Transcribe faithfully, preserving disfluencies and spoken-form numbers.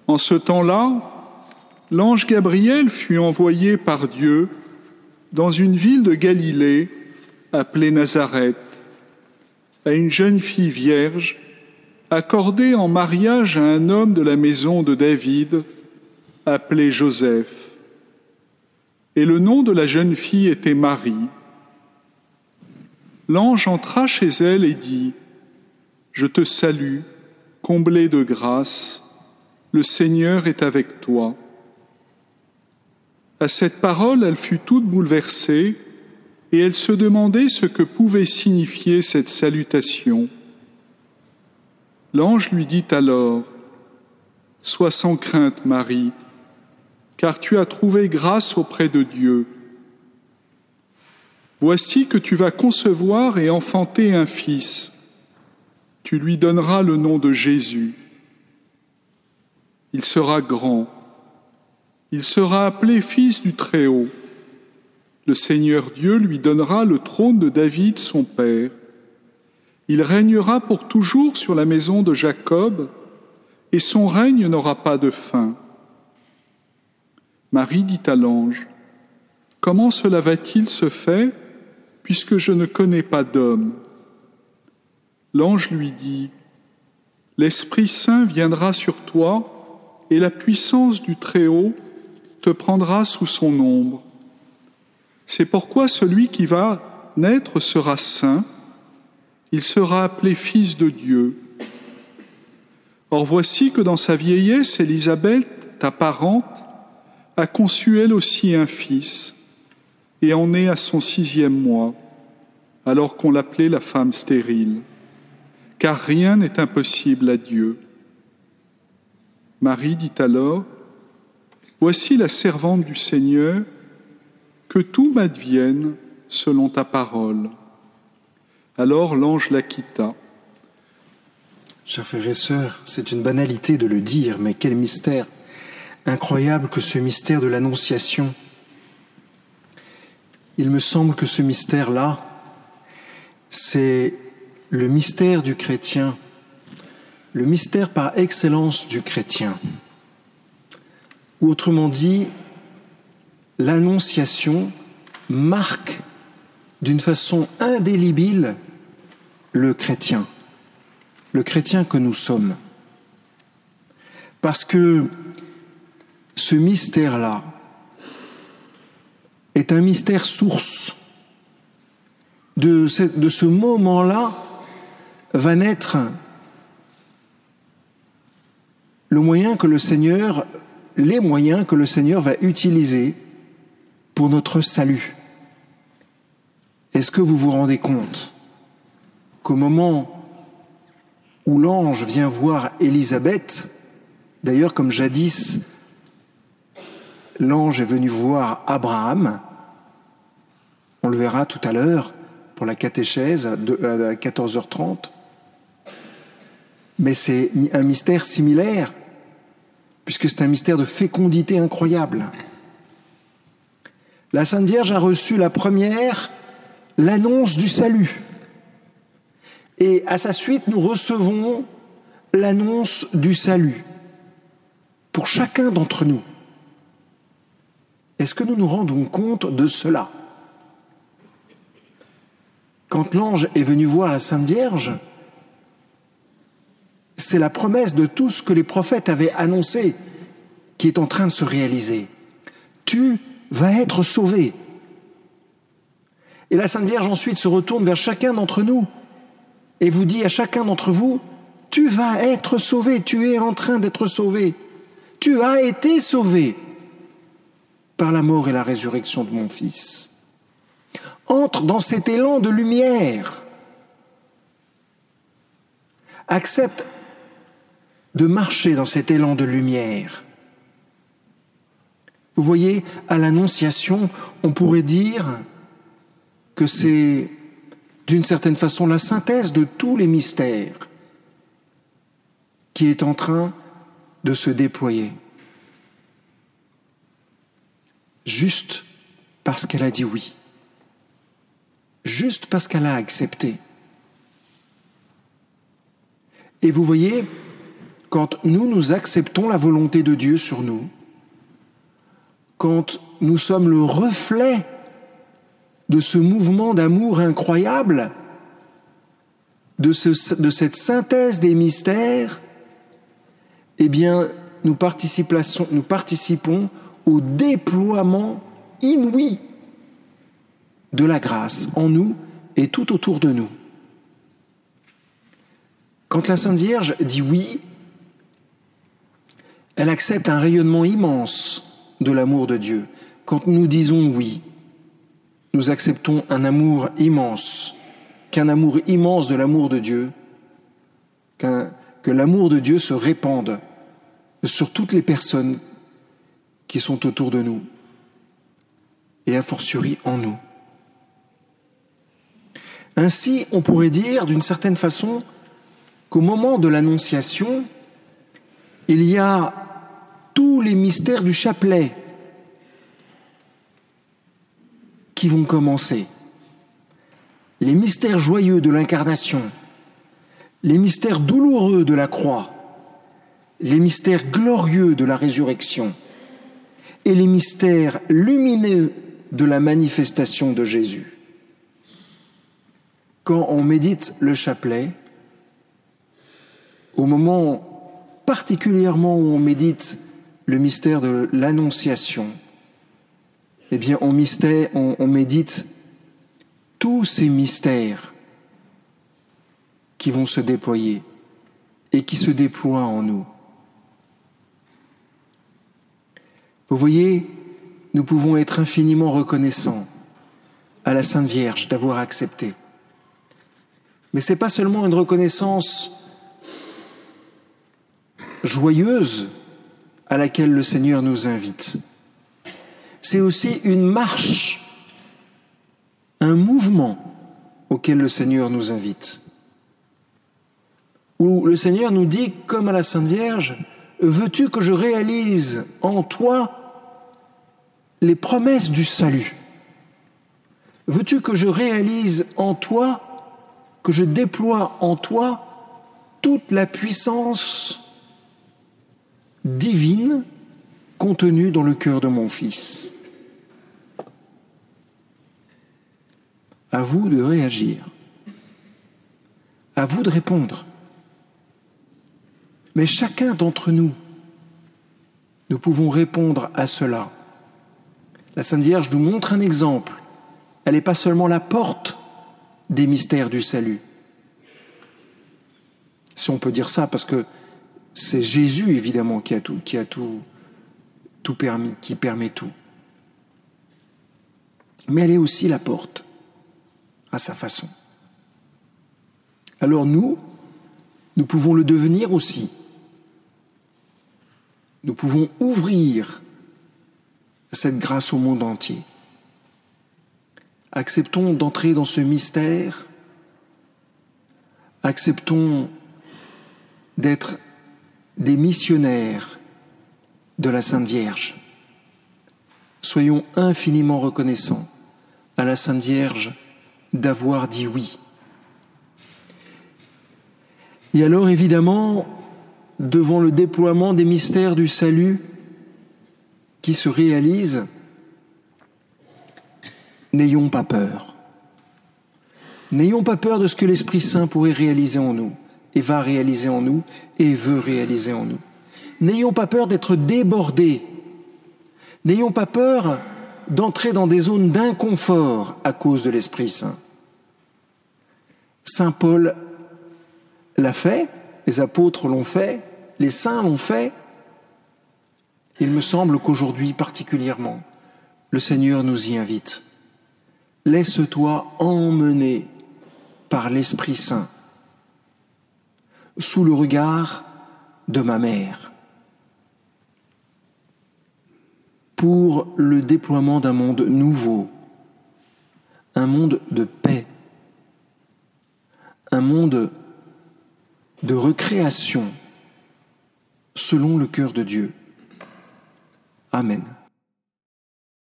En ce temps-là, l'ange Gabriel fut envoyé par Dieu dans une ville de Galilée appelée Nazareth, à une jeune fille vierge, accordée en mariage à un homme de la maison de David, appelé Joseph. Et le nom de la jeune fille était Marie. L'ange entra chez elle et dit : « Je te salue, comblée de grâce, le Seigneur est avec toi. » À cette parole, elle fut toute bouleversée et elle se demandait ce que pouvait signifier cette salutation. L'ange lui dit alors : « Sois sans crainte, Marie, car tu as trouvé grâce auprès de Dieu. Voici que tu vas concevoir et enfanter un fils. Tu lui donneras le nom de Jésus. Il sera grand. Il sera appelé Fils du Très-Haut. Le Seigneur Dieu lui donnera le trône de David, son père. Il régnera pour toujours sur la maison de Jacob, et son règne n'aura pas de fin. » Marie dit à l'ange : « Comment cela va-t-il se faire, puisque je ne connais pas d'homme ?» L'ange lui dit : « L'Esprit Saint viendra sur toi, et la puissance du Très-Haut te prendra sous son ombre. C'est pourquoi celui qui va naître sera saint, il sera appelé Fils de Dieu. Or voici que dans sa vieillesse, Élisabeth, ta parente, a conçu elle aussi un fils, et en est à son sixième mois, alors qu'on l'appelait la femme stérile, car rien n'est impossible à Dieu. » Marie dit alors : « Voici la servante du Seigneur, que tout m'advienne selon ta parole. » Alors l'ange la quitta. Chers frères et sœurs, c'est une banalité de le dire, mais quel mystère incroyable que ce mystère de l'Annonciation. Il me semble que ce mystère-là, c'est le mystère du chrétien, le mystère par excellence du chrétien. Ou autrement dit, l'Annonciation marque d'une façon indélébile le chrétien, le chrétien que nous sommes. Parce que ce mystère-là est un mystère source. De ce, de ce moment-là va naître le moyen que le Seigneur, les moyens que le Seigneur va utiliser pour notre salut. Est-ce que vous vous rendez compte qu'au moment où l'ange vient voir Élisabeth, d'ailleurs comme jadis l'ange est venu voir Abraham, on le verra tout à l'heure pour la catéchèse à quatorze heures trente, mais c'est un mystère similaire, puisque c'est un mystère de fécondité incroyable. La Sainte Vierge a reçu la première, l'annonce du salut. Et à sa suite, nous recevons l'annonce du salut pour chacun d'entre nous. Est-ce que nous nous rendons compte de cela ? Quand l'ange est venu voir la Sainte Vierge, c'est la promesse de tout ce que les prophètes avaient annoncé qui est en train de se réaliser. Tu vas être sauvé. Et la Sainte Vierge ensuite se retourne vers chacun d'entre nous et vous dit à chacun d'entre vous, tu vas être sauvé, tu es en train d'être sauvé. Tu as été sauvé par la mort et la résurrection de mon Fils. Entre dans cet élan de lumière. Accepte de marcher dans cet élan de lumière. Vous voyez, à l'Annonciation, on pourrait dire que c'est d'une certaine façon la synthèse de tous les mystères qui est en train de se déployer. Juste parce qu'elle a dit oui. Juste parce qu'elle a accepté. Et vous voyez, quand nous, nous acceptons la volonté de Dieu sur nous, quand nous sommes le reflet de ce mouvement d'amour incroyable, de, ce, de cette synthèse des mystères, eh bien, nous participons, nous participons au déploiement inouï de la grâce en nous et tout autour de nous. Quand la Sainte Vierge dit oui, elle accepte un rayonnement immense de l'amour de Dieu. Quand nous disons oui, nous acceptons un amour immense, qu'un amour immense de l'amour de Dieu, qu'un, que l'amour de Dieu se répande sur toutes les personnes qui sont autour de nous et a fortiori en nous. Ainsi, on pourrait dire d'une certaine façon qu'au moment de l'Annonciation, il y a tous les mystères du chapelet qui vont commencer. Les mystères joyeux de l'incarnation, les mystères douloureux de la croix, les mystères glorieux de la résurrection et les mystères lumineux de la manifestation de Jésus. Quand on médite le chapelet, au moment particulièrement où on médite le mystère de l'Annonciation, eh bien on, mystère, on, on médite tous ces mystères qui vont se déployer et qui se déploient en nous. Vous voyez, nous pouvons être infiniment reconnaissants à la Sainte Vierge d'avoir accepté. Mais ce n'est pas seulement une reconnaissance joyeuse à laquelle le Seigneur nous invite. C'est aussi une marche, un mouvement auquel le Seigneur nous invite. Où le Seigneur nous dit, comme à la Sainte Vierge, « Veux-tu que je réalise en toi les promesses du salut ? Veux-tu que je réalise en toi, que je déploie en toi toute la puissance divine contenue dans le cœur de mon Fils ?» À vous de réagir, à vous de répondre. Mais chacun d'entre nous, nous pouvons répondre à cela. La Sainte Vierge nous montre un exemple. Elle n'est pas seulement la porte des mystères du salut. Si on peut dire ça, parce que c'est Jésus, évidemment, qui a tout, qui a tout, tout permis, qui permet tout. Mais elle est aussi la porte, à sa façon. Alors nous, nous pouvons le devenir aussi. Nous pouvons ouvrir cette grâce au monde entier. Acceptons d'entrer dans ce mystère. Acceptons d'être des missionnaires de la Sainte Vierge. Soyons infiniment reconnaissants à la Sainte Vierge d'avoir dit oui. Et alors, évidemment, devant le déploiement des mystères du salut qui se réalisent, n'ayons pas peur. N'ayons pas peur de ce que l'Esprit Saint pourrait réaliser en nous, et va réaliser en nous, et veut réaliser en nous. N'ayons pas peur d'être débordés. N'ayons pas peur d'entrer dans des zones d'inconfort à cause de l'Esprit Saint. Saint Paul l'a fait, les apôtres l'ont fait, les saints l'ont fait. Il me semble qu'aujourd'hui particulièrement, le Seigneur nous y invite. Laisse-toi emmener par l'Esprit Saint, sous le regard de ma mère, pour le déploiement d'un monde nouveau, un monde de paix, un monde de recréation selon le cœur de Dieu. Amen.